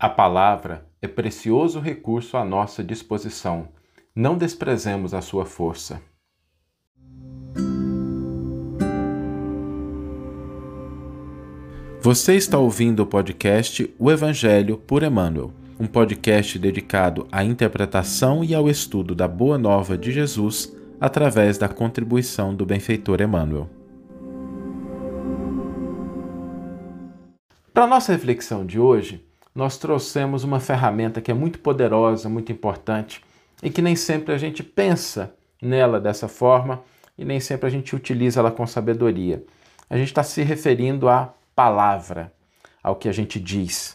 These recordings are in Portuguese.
A palavra é precioso recurso à nossa disposição. Não desprezemos a sua força. Você está ouvindo o podcast O Evangelho por Emmanuel, um podcast dedicado à interpretação e ao estudo da Boa Nova de Jesus através da contribuição do benfeitor Emmanuel. Para a nossa reflexão de hoje, nós trouxemos uma ferramenta que é muito poderosa, muito importante e que nem sempre a gente pensa nela dessa forma e nem sempre a gente utiliza ela com sabedoria. A gente está se referindo à palavra, ao que a gente diz.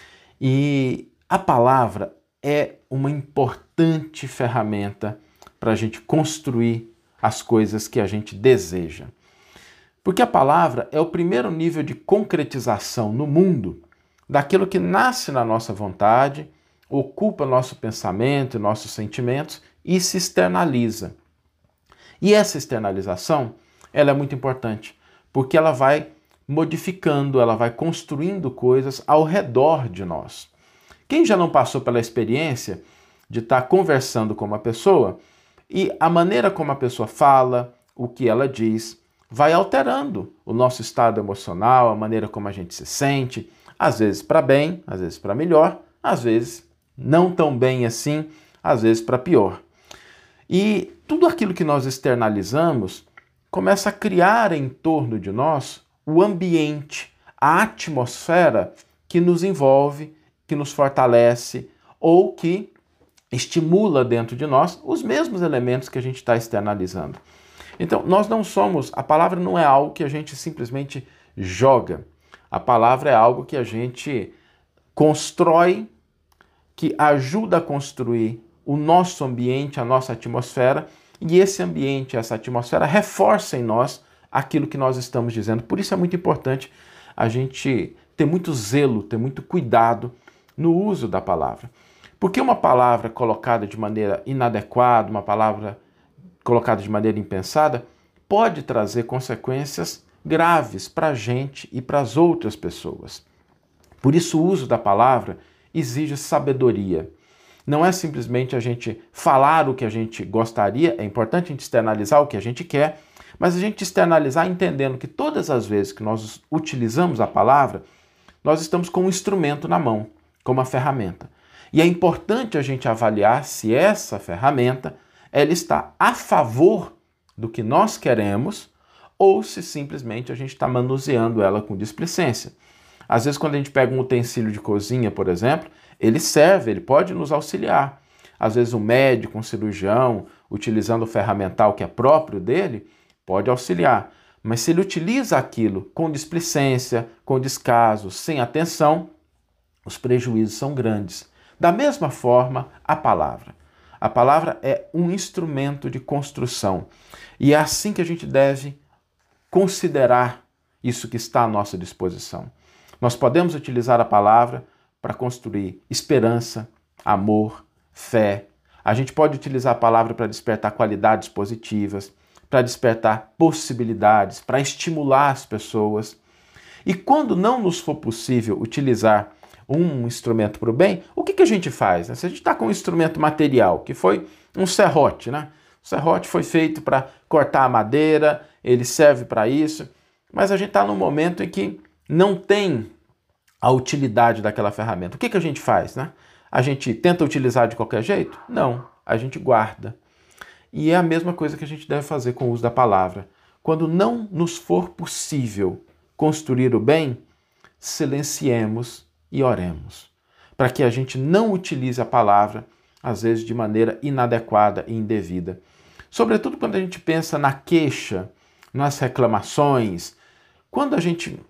E a palavra é uma importante ferramenta para a gente construir as coisas que a gente deseja. Porque a palavra é o primeiro nível de concretização no mundo daquilo que nasce na nossa vontade, ocupa nosso pensamento, nossos sentimentos e se externaliza. E essa externalização, ela é muito importante, porque ela vai modificando, ela vai construindo coisas ao redor de nós. Quem já não passou pela experiência de estar conversando com uma pessoa e a maneira como a pessoa fala, o que ela diz, vai alterando o nosso estado emocional, a maneira como a gente se sente, às vezes para bem, às vezes para melhor, às vezes não tão bem assim, às vezes para pior. E tudo aquilo que nós externalizamos começa a criar em torno de nós o ambiente, a atmosfera que nos envolve, que nos fortalece ou que estimula dentro de nós os mesmos elementos que a gente está externalizando. Então, nós não somos, a palavra não é algo que a gente simplesmente joga. A palavra é algo que a gente constrói, que ajuda a construir o nosso ambiente, a nossa atmosfera, e esse ambiente, essa atmosfera reforça em nós aquilo que nós estamos dizendo. Por isso é muito importante a gente ter muito zelo, ter muito cuidado no uso da palavra. Porque uma palavra colocada de maneira inadequada, uma palavra colocada de maneira impensada, pode trazer consequências graves para a gente e para as outras pessoas. Por isso o uso da palavra exige sabedoria. Não é simplesmente a gente falar o que a gente gostaria, é importante a gente externalizar o que a gente quer, mas a gente externalizar entendendo que todas as vezes que nós utilizamos a palavra, nós estamos com um instrumento na mão, com uma ferramenta. E é importante a gente avaliar se essa ferramenta ela está a favor do que nós queremos ou se simplesmente a gente está manuseando ela com displicência. Às vezes, quando a gente pega um utensílio de cozinha, por exemplo, ele serve, ele pode nos auxiliar. Às vezes, um médico, um cirurgião, utilizando o ferramental que é próprio dele, pode auxiliar. Mas se ele utiliza aquilo com displicência, com descaso, sem atenção, os prejuízos são grandes. Da mesma forma, a palavra. A palavra é um instrumento de construção. E é assim que a gente deve considerar isso que está à nossa disposição. Nós podemos utilizar a palavra para construir esperança, amor, fé. A gente pode utilizar a palavra para despertar qualidades positivas, para despertar possibilidades, para estimular as pessoas. E quando não nos for possível utilizar um instrumento para o bem, o que a gente faz? Se a gente está com um instrumento material, que foi um serrote, né? O serrote foi feito para cortar a madeira, ele serve para isso, mas a gente está num momento em que não tem a utilidade daquela ferramenta. O que a gente faz, né? A gente tenta utilizar de qualquer jeito? Não, a gente guarda. E é a mesma coisa que a gente deve fazer com o uso da palavra. Quando não nos for possível construir o bem, silenciemos e oremos, para que a gente não utilize a palavra, às vezes de maneira inadequada e indevida. Sobretudo quando a gente pensa na queixa, nas reclamações, quando a gente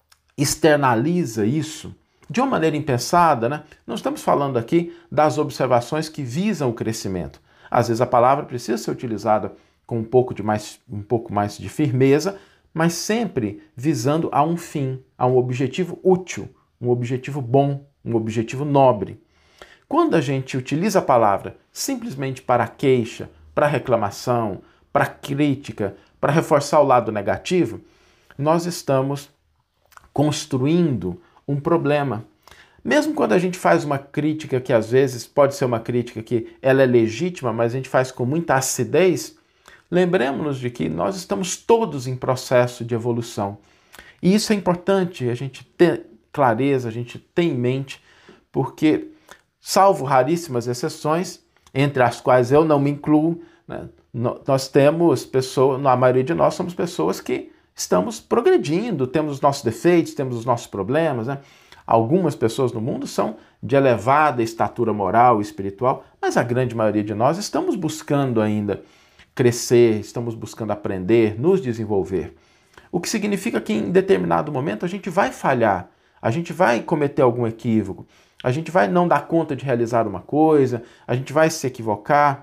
externaliza isso de uma maneira impensada, né? Não estamos falando aqui das observações que visam o crescimento. Às vezes a palavra precisa ser utilizada com um pouco mais de firmeza, mas sempre visando a um fim, a um objetivo útil, um objetivo bom, um objetivo nobre. Quando a gente utiliza a palavra simplesmente para queixa, para reclamação, para crítica, para reforçar o lado negativo, nós estamos construindo um problema. Mesmo quando a gente faz uma crítica que às vezes pode ser uma crítica que ela é legítima, mas a gente faz com muita acidez, lembremos-nos de que nós estamos todos em processo de evolução. E isso é importante a gente ter clareza, a gente ter em mente, porque, salvo raríssimas exceções, entre as quais eu não me incluo, né, nós temos pessoas, a maioria de nós somos pessoas que estamos progredindo, temos os nossos defeitos, temos os nossos problemas, né? Algumas pessoas no mundo são de elevada estatura moral e espiritual, mas a grande maioria de nós estamos buscando ainda crescer, estamos buscando aprender, nos desenvolver. O que significa que em determinado momento a gente vai falhar, a gente vai cometer algum equívoco, a gente vai não dar conta de realizar uma coisa, a gente vai se equivocar.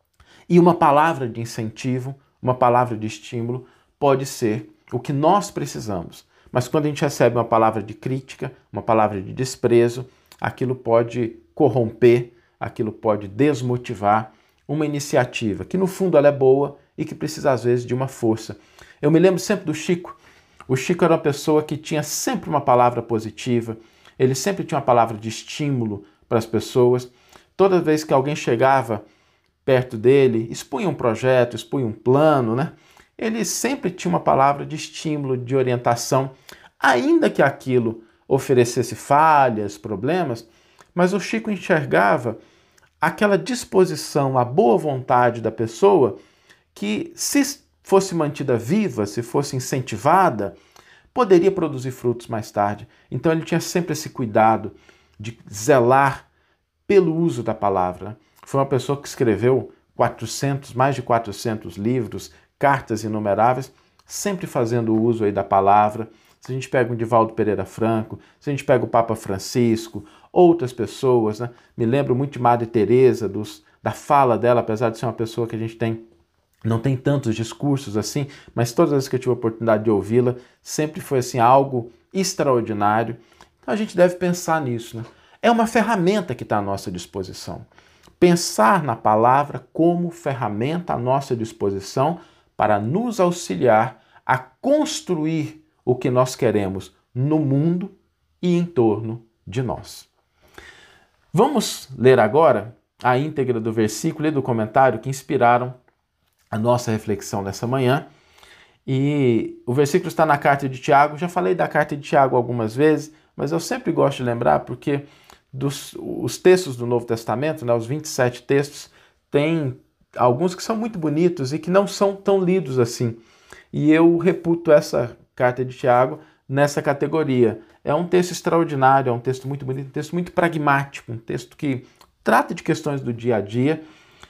E uma palavra de incentivo, uma palavra de estímulo pode ser o que nós precisamos. Mas quando a gente recebe uma palavra de crítica, uma palavra de desprezo, aquilo pode corromper, aquilo pode desmotivar uma iniciativa que no fundo ela é boa e que precisa às vezes de uma força. Eu me lembro sempre do Chico. O Chico era uma pessoa que tinha sempre uma palavra positiva, ele sempre tinha uma palavra de estímulo para as pessoas. Toda vez que alguém chegava perto dele, expunha um projeto, expunha um plano, né? Ele sempre tinha uma palavra de estímulo, de orientação, ainda que aquilo oferecesse falhas, problemas, mas o Chico enxergava aquela disposição, a boa vontade da pessoa que, se fosse mantida viva, se fosse incentivada, poderia produzir frutos mais tarde. Então ele tinha sempre esse cuidado de zelar pelo uso da palavra. Foi uma pessoa que escreveu mais de 400 livros, cartas inumeráveis, sempre fazendo uso aí da palavra. Se a gente pega o Divaldo Pereira Franco, se a gente pega o Papa Francisco, outras pessoas, né? Me lembro muito de Madre Teresa, da fala dela, apesar de ser uma pessoa que a gente não tem tantos discursos assim, mas todas as vezes que eu tive a oportunidade de ouvi-la, sempre foi assim algo extraordinário. Então a gente deve pensar nisso, né? É uma ferramenta que está à nossa disposição. Pensar na palavra como ferramenta à nossa disposição para nos auxiliar a construir o que nós queremos no mundo e em torno de nós. Vamos ler agora a íntegra do versículo e do comentário que inspiraram a nossa reflexão nessa manhã. E o versículo está na carta de Tiago. Já falei da carta de Tiago algumas vezes, mas eu sempre gosto de lembrar porque os textos do Novo Testamento, né, os 27 textos, tem alguns que são muito bonitos e que não são tão lidos assim. E eu reputo essa carta de Tiago nessa categoria. É um texto extraordinário, é um texto muito bonito, um texto muito pragmático, um texto que trata de questões do dia a dia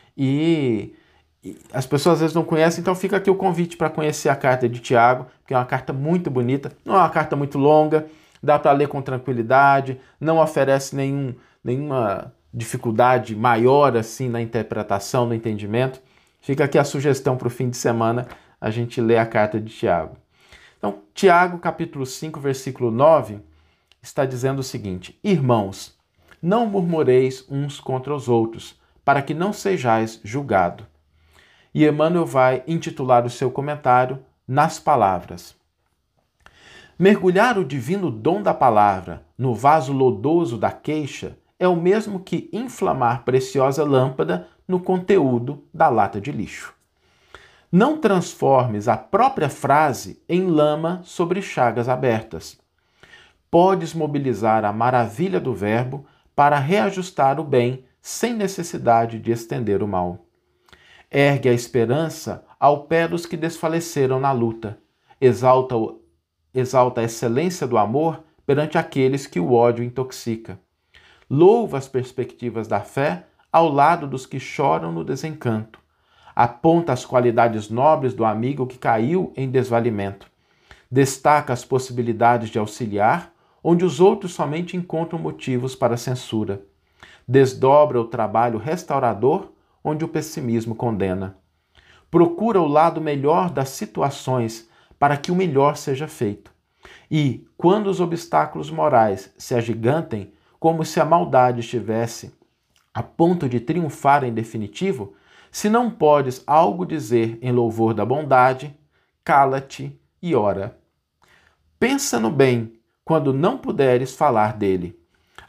e as pessoas às vezes não conhecem, então fica aqui o convite para conhecer a carta de Tiago, que é uma carta muito bonita, não é uma carta muito longa, dá para ler com tranquilidade, não oferece nenhuma dificuldade maior assim na interpretação, no entendimento. Fica aqui a sugestão para o fim de semana, a gente lê a carta de Tiago. Então, Tiago, capítulo 5, versículo 9, está dizendo o seguinte: Irmãos, não murmureis uns contra os outros, para que não sejais julgado. E Emmanuel vai intitular o seu comentário nas palavras: mergulhar o divino dom da palavra no vaso lodoso da queixa é o mesmo que inflamar preciosa lâmpada no conteúdo da lata de lixo. Não transformes a própria frase em lama sobre chagas abertas. Podes mobilizar a maravilha do verbo para reajustar o bem sem necessidade de estender o mal. Ergue a esperança ao pé dos que desfaleceram na luta. Exalta a excelência do amor perante aqueles que o ódio intoxica. Louva as perspectivas da fé ao lado dos que choram no desencanto. Aponta as qualidades nobres do amigo que caiu em desvalimento. Destaca as possibilidades de auxiliar, onde os outros somente encontram motivos para censura. Desdobra o trabalho restaurador, onde o pessimismo condena. Procura o lado melhor das situações para que o melhor seja feito. E, quando os obstáculos morais se agigantem, como se a maldade estivesse a ponto de triunfar em definitivo, se não podes algo dizer em louvor da bondade, cala-te e ora. Pensa no bem quando não puderes falar dele.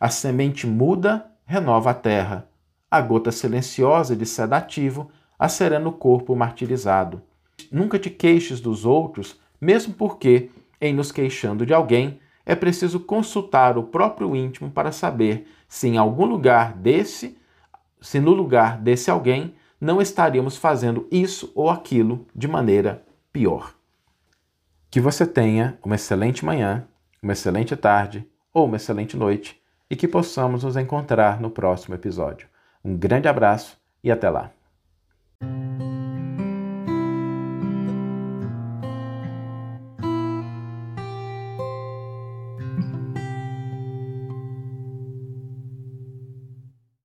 A semente muda renova a terra. A gota silenciosa de sedativo acerando o corpo martirizado. Nunca te queixes dos outros, mesmo porque, em nos queixando de alguém, é preciso consultar o próprio íntimo para saber se no lugar desse alguém não estaríamos fazendo isso ou aquilo de maneira pior. Que você tenha uma excelente manhã, uma excelente tarde ou uma excelente noite e que possamos nos encontrar no próximo episódio. Um grande abraço e até lá!